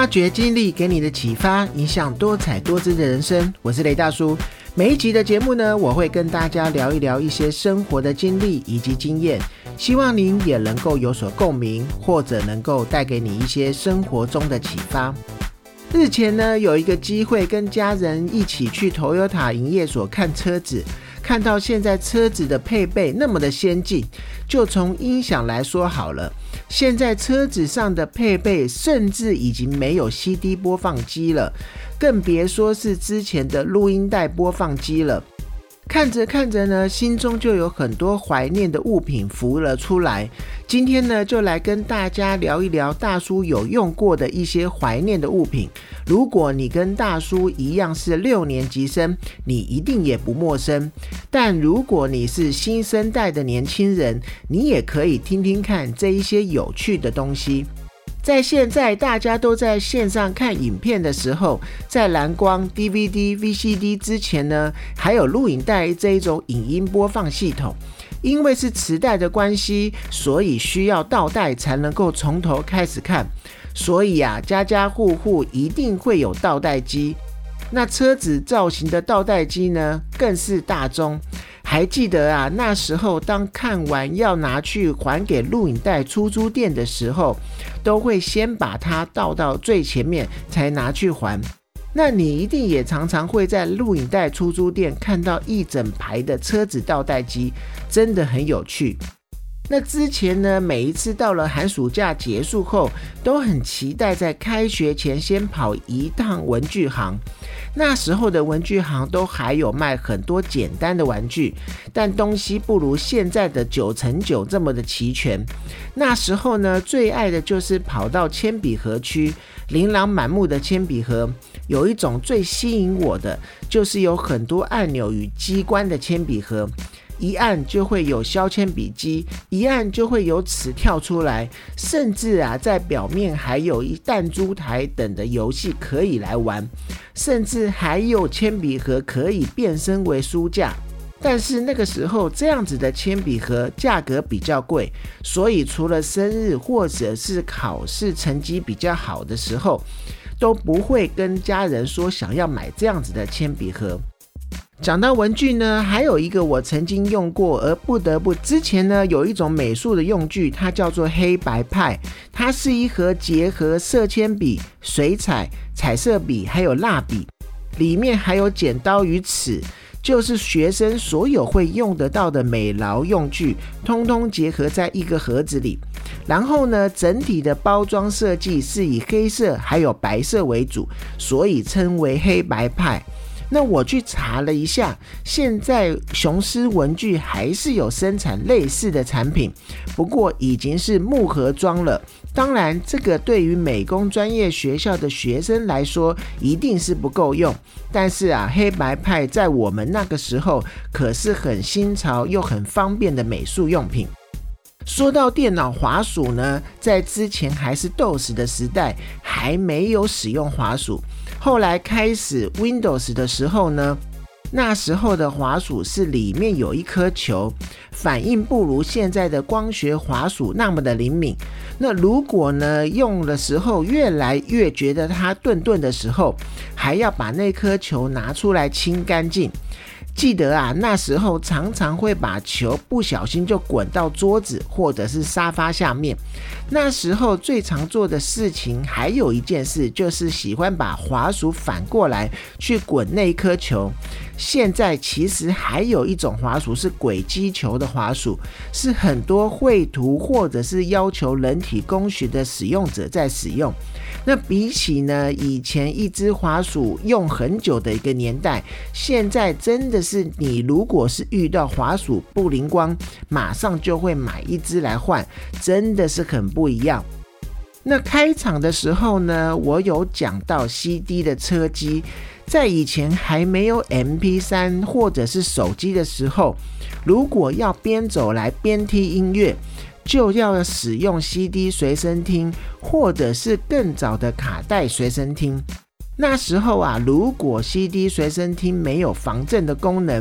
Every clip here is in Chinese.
发掘经历给你的启发，影响多彩多姿的人生。我是雷大叔。每一集的节目呢，我会跟大家聊一聊一些生活的经历以及经验，希望您也能够有所共鸣，或者能够带给你一些生活中的启发。日前呢，有一个机会跟家人一起去 Toyota 营业所看车子，看到现在车子的配备那么的先进，就从音响来说好了，现在车子上的配备甚至已经没有 CD 播放机了，更别说是之前的录音带播放机了。看着看着呢，心中就有很多怀念的物品浮了出来。今天呢，就来跟大家聊一聊大叔有用过的一些怀念的物品。如果你跟大叔一样是6年级生，你一定也不陌生。但如果你是新生代的年轻人，你也可以听听看这一些有趣的东西。在现在大家都在线上看影片的时候，在蓝光 DVD、VCD 之前呢，还有录影带这一种影音播放系统。因为是磁带的关系，所以需要倒带才能够从头开始看。所以啊，家家户户一定会有倒带机。那车子造型的倒带机呢，更是大宗。还记得啊，那时候当看完要拿去还给录影带出租店的时候，都会先把它倒到最前面才拿去还。那你一定也常常会在录影带出租店看到一整排的车子倒带机，真的很有趣。那之前呢，每一次到了寒暑假结束后，都很期待在开学前先跑一趟文具行。那时候的文具行都还有卖很多简单的玩具，但东西不如现在的9x9这么的齐全。那时候呢，最爱的就是跑到铅笔盒区，琳琅满目的铅笔盒。有一种最吸引我的，就是有很多按钮与机关的铅笔盒。一按就会有削铅笔机，一按就会有尺跳出来，甚至啊，在表面还有一弹珠台等的游戏可以来玩，甚至还有铅笔盒可以变身为书架。但是那个时候这样子的铅笔盒价格比较贵，所以除了生日或者是考试成绩比较好的时候，都不会跟家人说想要买这样子的铅笔盒。讲到文具呢，还有一个我曾经用过而不得不，之前呢有一种美术的用具，它叫做黑白派，它是一盒结合色铅笔、水彩、彩色笔还有蜡笔，里面还有剪刀与尺，就是学生所有会用得到的美劳用具，通通结合在一个盒子里。然后呢，整体的包装设计是以黑色还有白色为主，所以称为黑白派。那我去查了一下，现在雄狮文具还是有生产类似的产品，不过已经是木盒装了。当然，这个对于美工专业学校的学生来说一定是不够用，但是啊，黑白派在我们那个时候可是很新潮又很方便的美术用品。说到电脑滑鼠呢，在之前还是 DOS 的时代，还没有使用滑鼠。后来开始 Windows 的时候呢，那时候的滑鼠是里面有一颗球，反应不如现在的光学滑鼠那么的灵敏。那如果呢用的时候越来越觉得它钝钝的时候，还要把那颗球拿出来清干净。记得啊，那时候常常会把球不小心就滚到桌子或者是沙发下面。那时候最常做的事情还有一件事，就是喜欢把滑鼠反过来去滚那一颗球。现在其实还有一种滑鼠是轨迹球的滑鼠，是很多绘图或者是要求人体工学的使用者在使用。那比起呢以前一支滑鼠用很久的一个年代，现在真的是你如果是遇到滑鼠不灵光，马上就会买一支来换，真的是很不一样。那开场的时候呢，我有讲到 CD 的车机，在以前还没有 MP3 或者是手机的时候，如果要边走来边听音乐，就要使用 CD 随身听，或者是更早的卡带随身听。那时候啊，如果 CD 随身听没有防震的功能，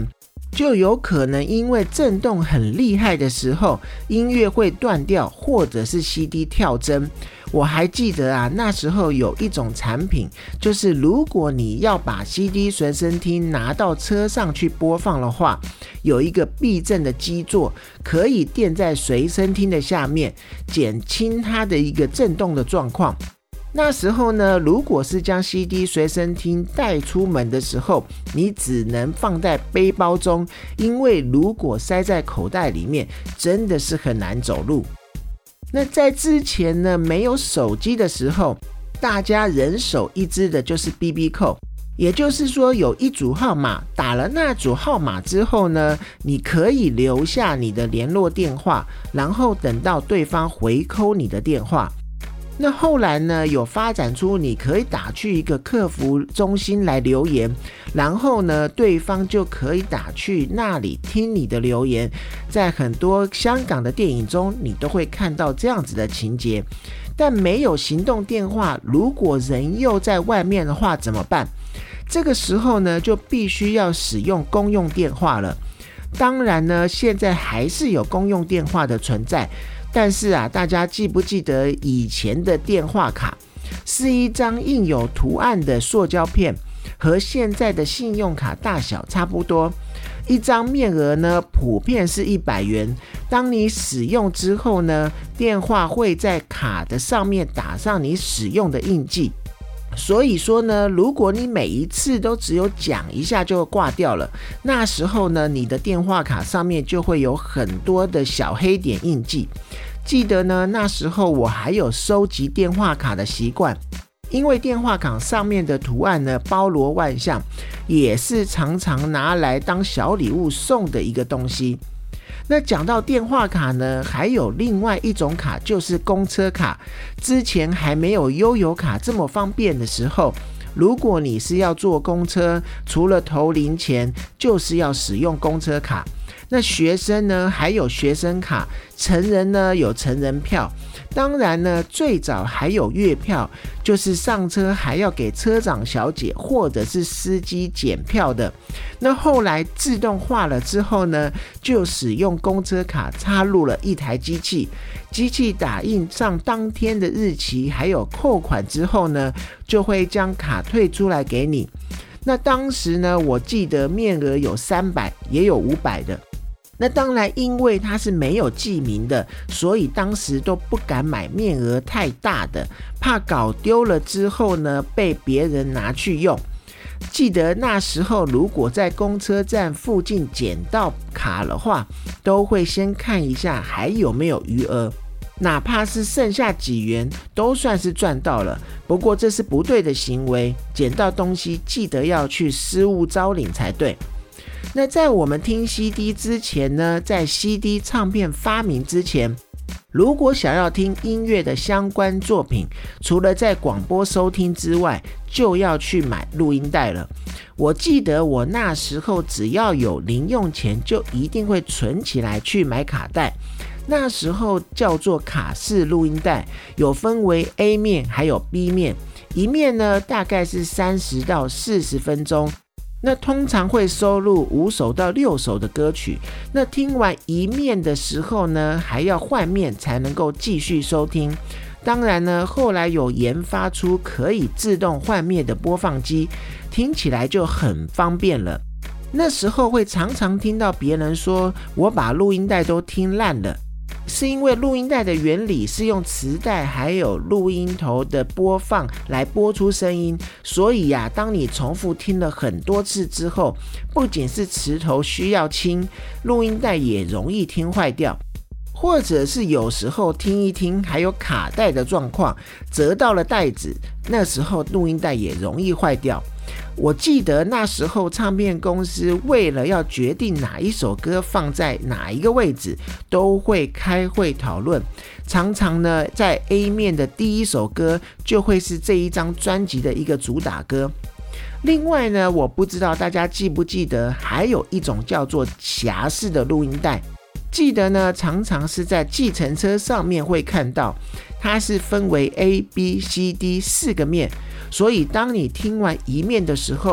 就有可能因为震动很厉害的时候，音乐会断掉，或者是 CD 跳帧。我还记得啊，那时候有一种产品，就是如果你要把 CD 随身听拿到车上去播放的话，有一个避震的基座，可以垫在随身听的下面，减轻它的一个震动的状况。那时候呢，如果是将 CD 随身听带出门的时候，你只能放在背包中，因为如果塞在口袋里面，真的是很难走路。那在之前呢，没有手机的时候，大家人手一支的就是 BB 扣，也就是说有一组号码，打了那组号码之后呢，你可以留下你的联络电话，然后等到对方回扣你的电话。那后来呢，有发展出你可以打去一个客服中心来留言，然后呢，对方就可以打去那里听你的留言。在很多香港的电影中，你都会看到这样子的情节。但没有行动电话，如果人又在外面的话怎么办？这个时候呢，就必须要使用公用电话了。当然呢，现在还是有公用电话的存在。但是啊，大家记不记得以前的电话卡是一张印有图案的塑胶片，和现在的信用卡大小差不多。一张面额呢，普遍是100元。当你使用之后呢，电话会在卡的上面打上你使用的印记。所以说呢，如果你每一次都只有讲一下就挂掉了，那时候呢，你的电话卡上面就会有很多的小黑点印记。记得呢，那时候我还有收集电话卡的习惯，因为电话卡上面的图案呢包罗万象，也是常常拿来当小礼物送的一个东西。那讲到电话卡呢，还有另外一种卡，就是公车卡。之前还没有悠游卡这么方便的时候，如果你是要坐公车，除了投零钱，就是要使用公车卡。那学生呢，还有学生卡，成人呢有成人票。当然呢，最早还有月票，就是上车还要给车长小姐或者是司机检票的。那后来自动化了之后呢，就使用公车卡插入了一台机器，机器打印上当天的日期，还有扣款之后呢，就会将卡退出来给你。那当时呢，我记得面额有300，也有500的。那当然，因为它是没有记名的，所以当时都不敢买面额太大的，怕搞丢了之后呢，被别人拿去用。记得那时候，如果在公车站附近捡到卡的话，都会先看一下还有没有余额，哪怕是剩下几元，都算是赚到了。不过这是不对的行为，捡到东西记得要去失物招领才对。那在我们听 CD 之前呢，在 CD 唱片发明之前，如果想要听音乐的相关作品，除了在广播收听之外，就要去买录音带了。我记得我那时候只要有零用钱，就一定会存起来去买卡带。那时候叫做卡式录音带，有分为 A 面还有 B 面，一面呢大概是30到40分钟。那通常会收录5首到6首的歌曲。那听完一面的时候呢，还要换面才能够继续收听。当然呢，后来有研发出可以自动换面的播放机，听起来就很方便了。那时候会常常听到别人说，我把录音带都听烂了。是因为录音带的原理是用磁带还有录音头的播放来播出声音，所以啊，当你重复听了很多次之后，不仅是磁头需要清，录音带也容易听坏掉。或者是有时候听一听还有卡带的状况，折到了带子，那时候录音带也容易坏掉。我记得那时候唱片公司为了要决定哪一首歌放在哪一个位置，都会开会讨论。常常呢，在 A 面的第一首歌就会是这一张专辑的一个主打歌。另外呢，我不知道大家记不记得，还有一种叫做匣式的录音带。记得呢，常常是在计程车上面会看到，它是分为 A、B、C、D 4个面，所以当你听完一面的时候，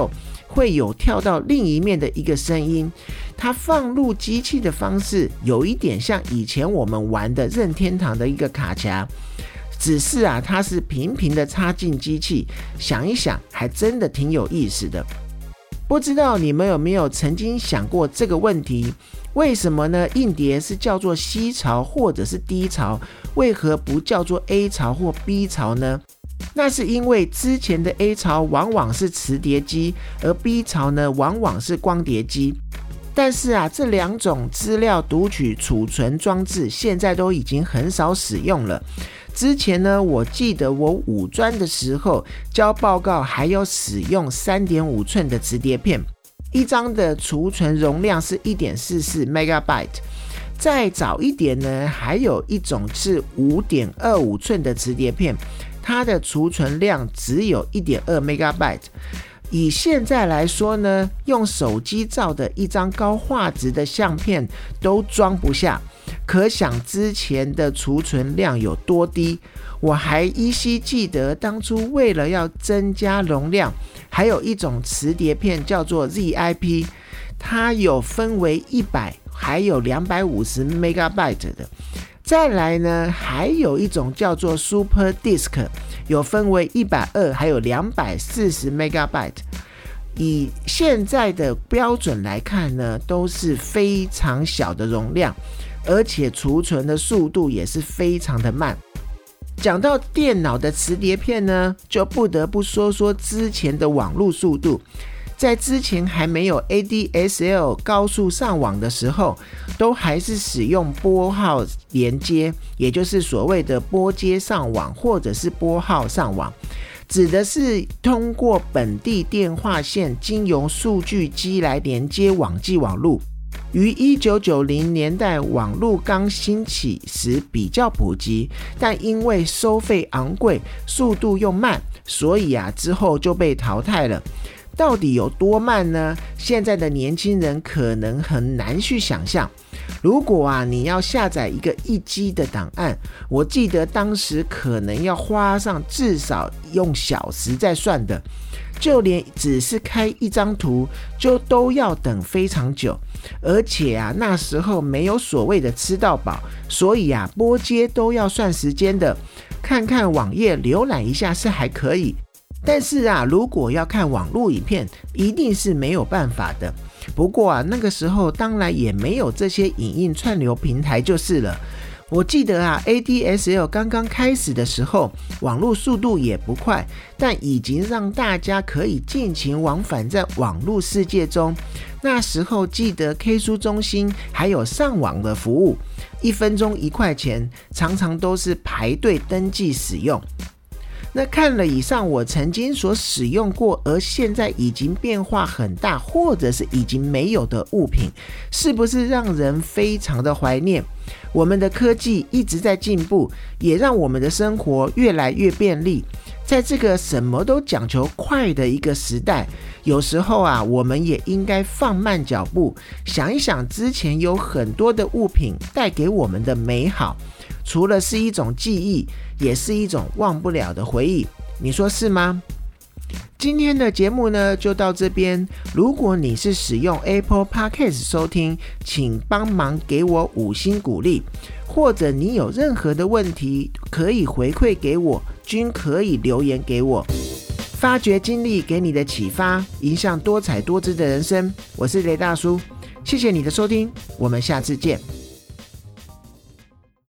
会有跳到另一面的一个声音，它放入机器的方式有一点像以前我们玩的任天堂的一个卡夹，只是它是平平的插进机器，想一想还真的挺有意思的。不知道你们有没有曾经想过这个问题，为什么呢？硬碟是叫做 C 槽或者是 D 槽，为何不叫做 A 槽或 B 槽呢？那是因为之前的 A 槽往往是磁碟机，而 B 槽呢往往是光碟机。但是这两种资料读取储存装置现在都已经很少使用了。之前呢，我记得我五专的时候交报告还有使用 3.5 寸的磁碟片，一张的储存容量是 1.44 MB。再早一点呢，还有一种是 5.25 寸的磁碟片，它的储存量只有 1.2 MB。以现在来说呢，用手机照的一张高画质的相片都装不下，可想之前的储存量有多低。我还依稀记得当初为了要增加容量，还有一种磁碟片叫做 ZIP， 它有分为100还有250 MB 的。再来呢，还有一种叫做 Super Disk， 有分为120还有240 MB。以现在的标准来看呢，都是非常小的容量，而且储存的速度也是非常的慢。讲到电脑的磁碟片呢，就不得不说说之前的网络速度。在之前还没有 ADSL 高速上网的时候，都还是使用拨号连接，也就是所谓的拨接上网或者是拨号上网，指的是通过本地电话线经由数据机来连接网际网路。于1990年代网路刚兴起时比较普及，但因为收费昂贵，速度又慢，所以之后就被淘汰了。到底有多慢呢？现在的年轻人可能很难去想象。如果你要下载一个1G 的档案，我记得当时可能要花上至少用小时在算的，就连只是开一张图就都要等非常久。而且那时候没有所谓的吃到饱，所以拨接都要算时间的。看看网页浏览一下是还可以，但是如果要看网络影片，一定是没有办法的。不过那个时候当然也没有这些影音串流平台就是了。我记得ADSL 刚刚开始的时候，网络速度也不快，但已经让大家可以尽情往返在网络世界中。那时候记得 K 书中心还有上网的服务，1分钟1块钱，常常都是排队登记使用。那看了以上我曾经所使用过而现在已经变化很大或者是已经没有的物品，是不是让人非常的怀念？我们的科技一直在进步，也让我们的生活越来越便利。在这个什么都讲求快的一个时代，有时候我们也应该放慢脚步，想一想之前有很多的物品带给我们的美好，除了是一种记忆，也是一种忘不了的回忆，你说是吗？今天的节目呢就到这边。如果你是使用 Apple Podcast 收听，请帮忙给我5星鼓励，或者你有任何的问题可以回馈给我，均可以留言给我。发掘经历给你的启发，影响多彩多姿的人生。我是雷大叔，谢谢你的收听，我们下次见。